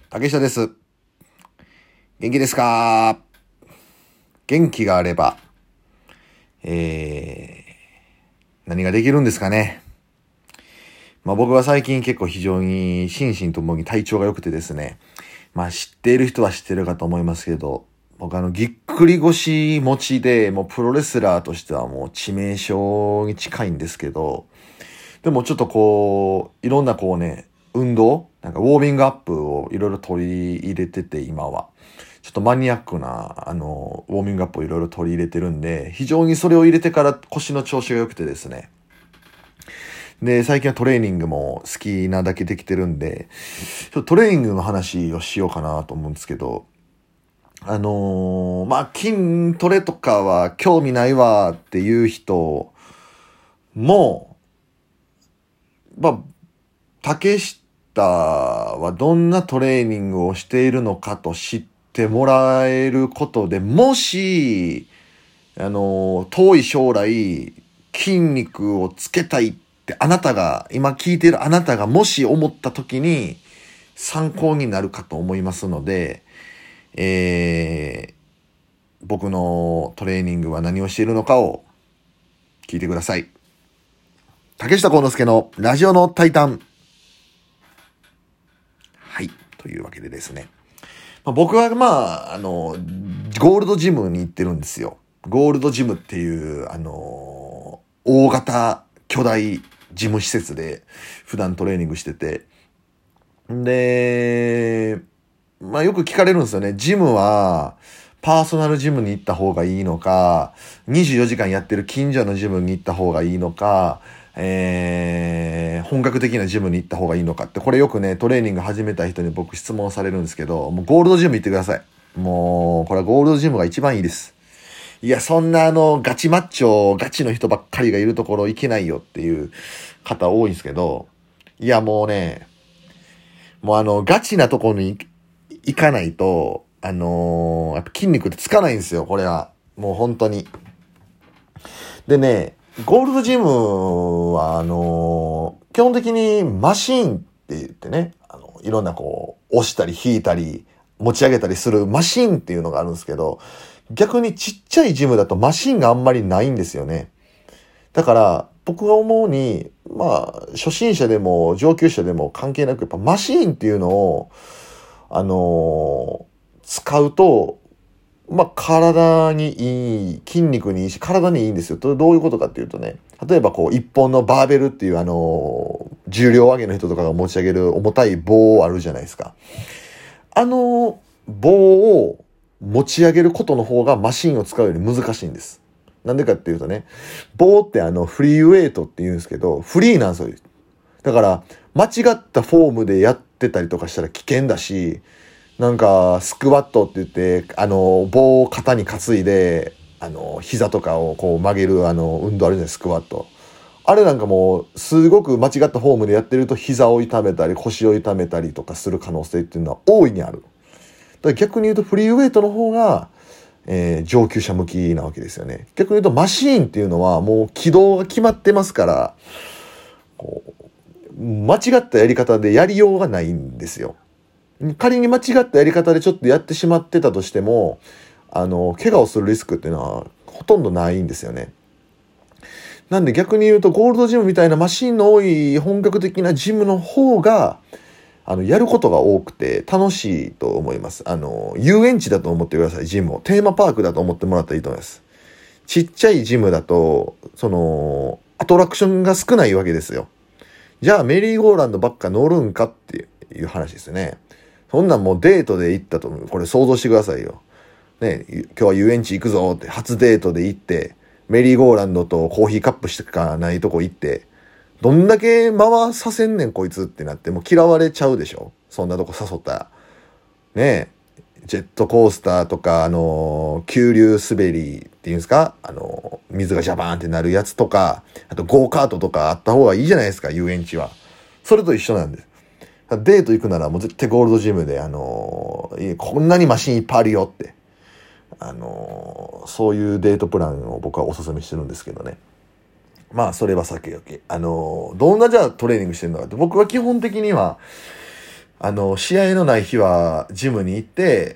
竹下です。元気ですか？元気があれば、何ができるんですかね。僕は最近結構非常に心身ともに体調が良くてですね。知っている人は知ってるかと思いますけど、僕ぎっくり腰持ちで、もうプロレスラーとしてはもう致命傷に近いんですけど、でもちょっといろんな運動ウォーミングアップをいろいろ取り入れてて、今は。ちょっとマニアックな、ウォーミングアップをいろいろ取り入れてるんで、非常にそれを入れてから腰の調子が良くてですね。で、最近はトレーニングも好きなだけできてるんで、ちょっとトレーニングの話をしようかなと思うんですけど、筋トレとかは興味ないわっていう人も、竹下はどんなトレーニングをしているのかと知ってもらえることで、もし、遠い将来、筋肉をつけたいって今聞いているあなたがもし思った時に参考になるかと思いますので、僕のトレーニングは何をしているのかを聞いてください。竹下幸之助のラジオのタイタン。はい。というわけでですね。僕はゴールドジムに行ってるんですよ。ゴールドジムっていう、大型巨大ジム施設で普段トレーニングしてて。で、よく聞かれるんですよね。ジムは、パーソナルジムに行った方がいいのか、24時間やってる近所のジムに行った方がいいのか、本格的なジムに行った方がいいのかって、これよくね、トレーニング始めた人に僕質問されるんですけど、もうゴールドジム行ってください。もう、これはゴールドジムが一番いいです。いや、そんなガチマッチョ、ガチの人ばっかりがいるところ行けないよっていう方多いんですけど、いや、もうね、もうガチなところに行かないと、やっぱ筋肉ってつかないんですよ、これは。もう本当に。でね、ゴールドジムは、基本的にマシーンって言ってね、いろんな押したり引いたり、持ち上げたりするマシーンっていうのがあるんですけど、逆にちっちゃいジムだとマシーンがあんまりないんですよね。だから、僕が思うに、初心者でも上級者でも関係なく、やっぱマシーンっていうのを、使うと、体にいい、筋肉にいいし、体にいいんですよ。どういうことかっていうとね、例えば一本のバーベルっていう重量上げの人とかが持ち上げる重たい棒あるじゃないですか。棒を持ち上げることの方がマシンを使うより難しいんです。なんでかっていうとね、棒ってフリーウェイトって言うんですけど、フリーなんですよ。だから、間違ったフォームでやってたりとかしたら危険だし、スクワットって言って、棒を肩に担いで、膝とかを曲げる運動あるじゃない、スクワット。あれなんかもう、すごく間違ったフォームでやってると膝を痛めたり、腰を痛めたりとかする可能性っていうのは大いにある。だから逆に言うとフリーウェイトの方が、上級者向きなわけですよね。逆に言うとマシーンっていうのはもう軌道が決まってますから、間違ったやり方でやりようがないんですよ。仮に間違ったやり方でちょっとやってしまってたとしても、怪我をするリスクっていうのはほとんどないんですよね。なんで逆に言うとゴールドジムみたいなマシンの多い本格的なジムの方が、やることが多くて楽しいと思います。遊園地だと思ってください、ジムを。テーマパークだと思ってもらったらいいと思います。ちっちゃいジムだと、アトラクションが少ないわけですよ。じゃあメリーゴーランドばっか乗るんかっていう話ですよね。そんなんもうデートで行ったと、これ想像してくださいよ。ね、今日は遊園地行くぞって初デートで行って、メリーゴーランドとコーヒーカップしかないとこ行って、どんだけ回させんねんこいつってなってもう嫌われちゃうでしょ、そんなとこ誘ったら。ねえ、ジェットコースターとか、急流滑りっていうんですか、水がジャバーンってなるやつとか、あとゴーカートとかあった方がいいじゃないですか、遊園地は。それと一緒なんです。デート行くならもう絶対ゴールドジムで、こんなにマシンいっぱいあるよって、そういうデートプランを僕はお勧めしてるんですけどね。それはさておき。どんなじゃあトレーニングしてるのかって、僕は基本的には、 試合のない日はジムに行って、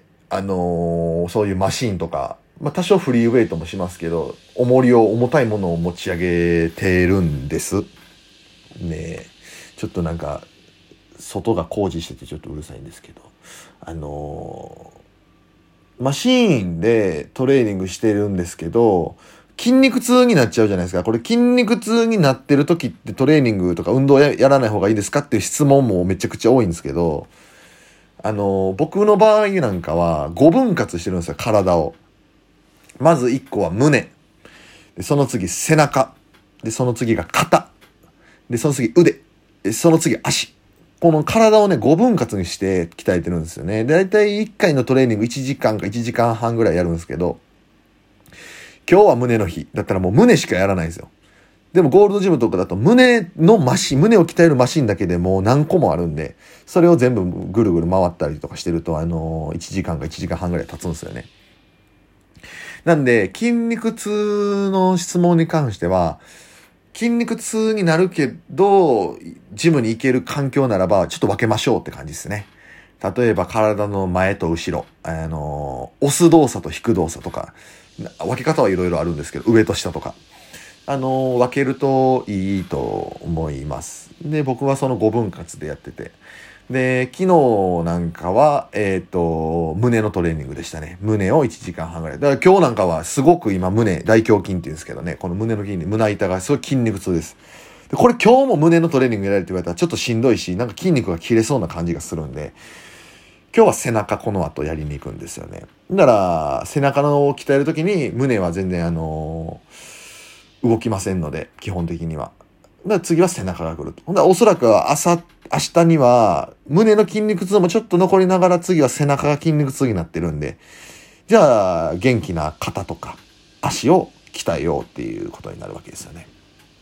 そういうマシーンとか、まあ、多少フリーウェイトもしますけど、重たいものを持ち上げてるんです。ねえ。ちょっとなんか、外が工事しててちょっとうるさいんですけど、マシーンでトレーニングしてるんですけど、筋肉痛になっちゃうじゃないですか。これ筋肉痛になってる時ってトレーニングとか運動やらない方がいいですかっていう質問もめちゃくちゃ多いんですけど、僕の場合なんかは5分割してるんですよ、体を。まず1個は胸。でその次背中。で、その次が肩。で、その次腕。で、その次足。この体をね、5分割にして鍛えてるんですよね。で、だいたい1回のトレーニング1時間か1時間半ぐらいやるんですけど、今日は胸の日だったらもう胸しかやらないんですよ。でもゴールドジムとかだと胸を鍛えるマシンだけでもう何個もあるんで、それを全部ぐるぐる回ったりとかしてると、1時間か1時間半ぐらい経つんですよね。なんで、筋肉痛の質問に関しては、筋肉痛になるけど、ジムに行ける環境ならば、ちょっと分けましょうって感じですね。例えば体の前と後ろ、押す動作と引く動作とか、分け方はいろいろあるんですけど、上と下とか。分けるといいと思います。で、僕はその5分割でやってて。で、昨日なんかは、胸のトレーニングでしたね。胸を1時間半ぐらい。だから今日なんかはすごく今大胸筋って言うんですけどね、この胸の筋肉、胸板がすごい筋肉痛です。で、これ今日も胸のトレーニングやられて言われたらちょっとしんどいし、なんか筋肉が切れそうな感じがするんで、今日は背中この後やりに行くんですよね。だから、背中を鍛えるときに胸は全然動きませんので、基本的には。だから次は背中が来ると。ほんだらおそらくは明日には胸の筋肉痛もちょっと残りながら次は背中が筋肉痛になってるんで、じゃあ元気な肩とか足を鍛えようっていうことになるわけですよね。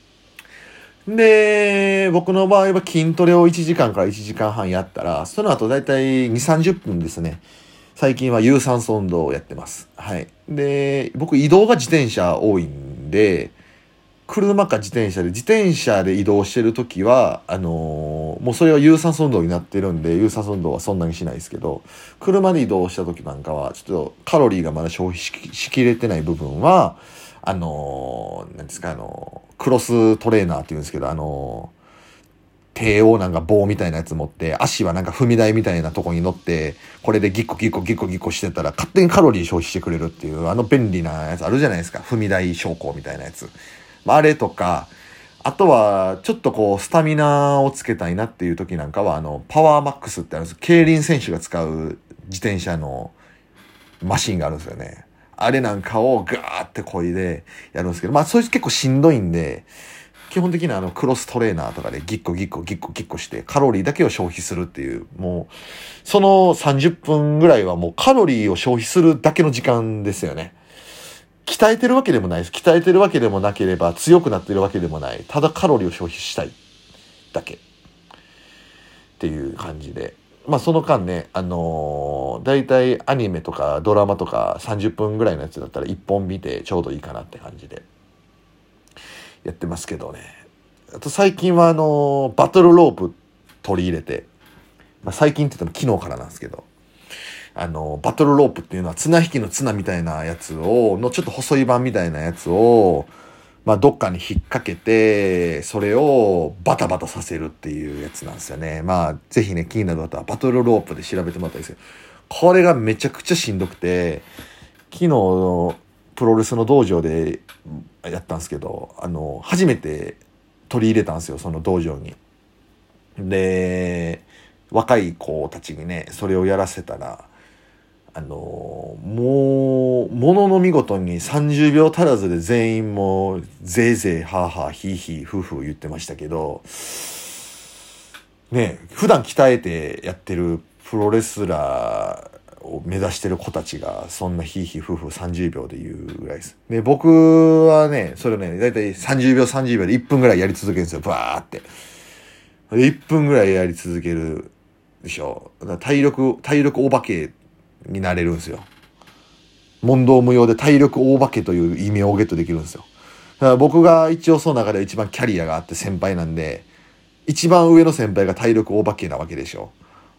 で、僕の場合は筋トレを1時間から1時間半やったら、その後だいたい2、30分ですね。最近は有酸素運動をやってます。はい。で、僕移動が自転車多いんで、車か自転車で移動してるときは、もうそれは有酸素運動になってるんで、有酸素運動はそんなにしないですけど、車で移動したときなんかは、ちょっとカロリーがまだ消費しきれてない部分は、なんですか、クロストレーナーって言うんですけど、手をなんか棒みたいなやつ持って、足はなんか踏み台みたいなとこに乗って、これでギッコギッコギッコギッコしてたら勝手にカロリー消費してくれるっていう、便利なやつあるじゃないですか。踏み台昇降みたいなやつ。あれとか、あとは、ちょっとこう、スタミナをつけたいなっていう時なんかは、パワーマックスってあるんです。競輪選手が使う自転車のマシンがあるんですよね。あれなんかをガーって漕いでやるんですけど、まあ、それ結構しんどいんで、基本的にはクロストレーナーとかでギッコギッコギッコギッコしてカロリーだけを消費するっていう、もう、その30分ぐらいはもうカロリーを消費するだけの時間ですよね。鍛えてるわけでもないです。鍛えてるわけでもなければ強くなってるわけでもない。ただカロリーを消費したいだけっていう感じで。まあその間ね、だいたいアニメとかドラマとか30分ぐらいのやつだったら1本見てちょうどいいかなって感じでやってますけどね。あと最近はバトルロープ取り入れて、まあ最近って言っても昨日からなんですけど、バトルロープっていうのは綱引きの綱みたいなやつのちょっと細い版みたいなやつを、まあどっかに引っ掛けて、それをバタバタさせるっていうやつなんですよね。まあぜひね、気になる方はバトルロープで調べてもらったらいいですけど、これがめちゃくちゃしんどくて、昨日プロレスの道場でやったんですけど、初めて取り入れたんですよ、その道場に。で、若い子たちにね、それをやらせたら、ものの見事に30秒足らずで全員もう、ぜいぜい、はあはあ、ひいひい、ふうふう言ってましたけど、ね、普段鍛えてやってるプロレスラーを目指してる子たちが、そんなひいひい、ふうふう30秒で言うぐらいです。で、僕はね、それをね、だいたい30秒30秒で1分ぐらいやり続けるんですよ、バーって。で、1分ぐらいやり続けるでしょ。だから体力お化けになれるんですよ。問答無用で体力大化けという異名をゲットできるんですよ。だから僕が一応その中で一番キャリアがあって先輩なんで、一番上の先輩が体力大化けなわけでしょ。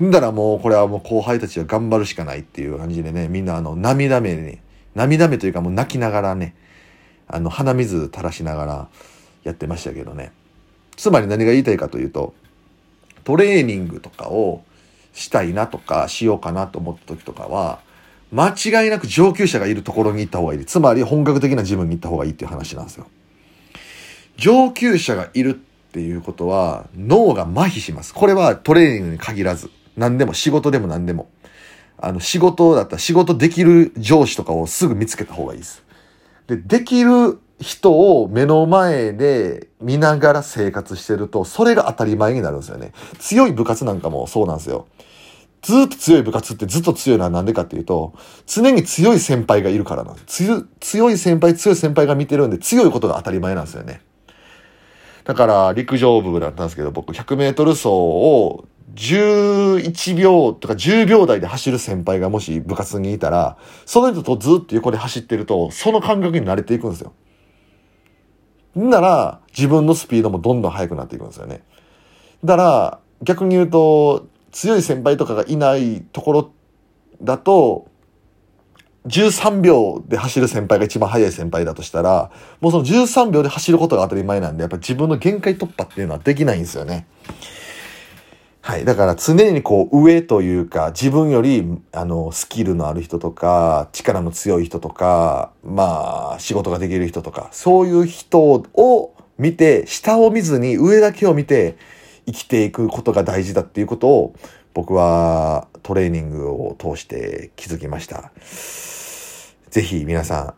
んだらもうこれはもう後輩たちは頑張るしかないっていう感じでね、みんな涙目に、涙目というかもう泣きながらね、鼻水垂らしながらやってましたけどね。つまり何が言いたいかというと、トレーニングとかをしたいなとかしようかなと思った時とかは、間違いなく上級者がいるところに行った方がいい。つまり本格的なジムに行った方がいいっていう話なんですよ。上級者がいるっていうことは脳が麻痺します。これはトレーニングに限らず、何でも仕事でも何でも。仕事だったら仕事できる上司とかをすぐ見つけた方がいいです。できる人を目の前で見ながら生活してると、それが当たり前になるんですよね。強い部活なんかもそうなんですよ。ずっと強い部活ってずっと強いのはなんでかっていうと、常に強い先輩がいるからなんです。強い先輩が見てるんで、強いことが当たり前なんですよね。だから陸上部だったんですけど、僕100メートル走を11秒とか10秒台で走る先輩がもし部活にいたら、その人とずっと横で走ってると、その感覚に慣れていくんですよ。なら、自分のスピードもどんどん速くなっていくんですよね。だから、逆に言うと、強い先輩とかがいないところだと、13秒で走る先輩が一番速い先輩だとしたら、もうその13秒で走ることが当たり前なんで、やっぱ自分の限界突破っていうのはできないんですよね。はい。だから常にこう上というか、自分よりスキルのある人とか、力の強い人とか、まあ仕事ができる人とか、そういう人を見て、下を見ずに上だけを見て生きていくことが大事だっていうことを、僕はトレーニングを通して気づきました。ぜひ皆さ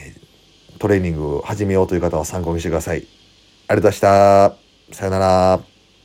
ん、トレーニングを始めようという方は参考にしてください。ありがとうございました。さよなら。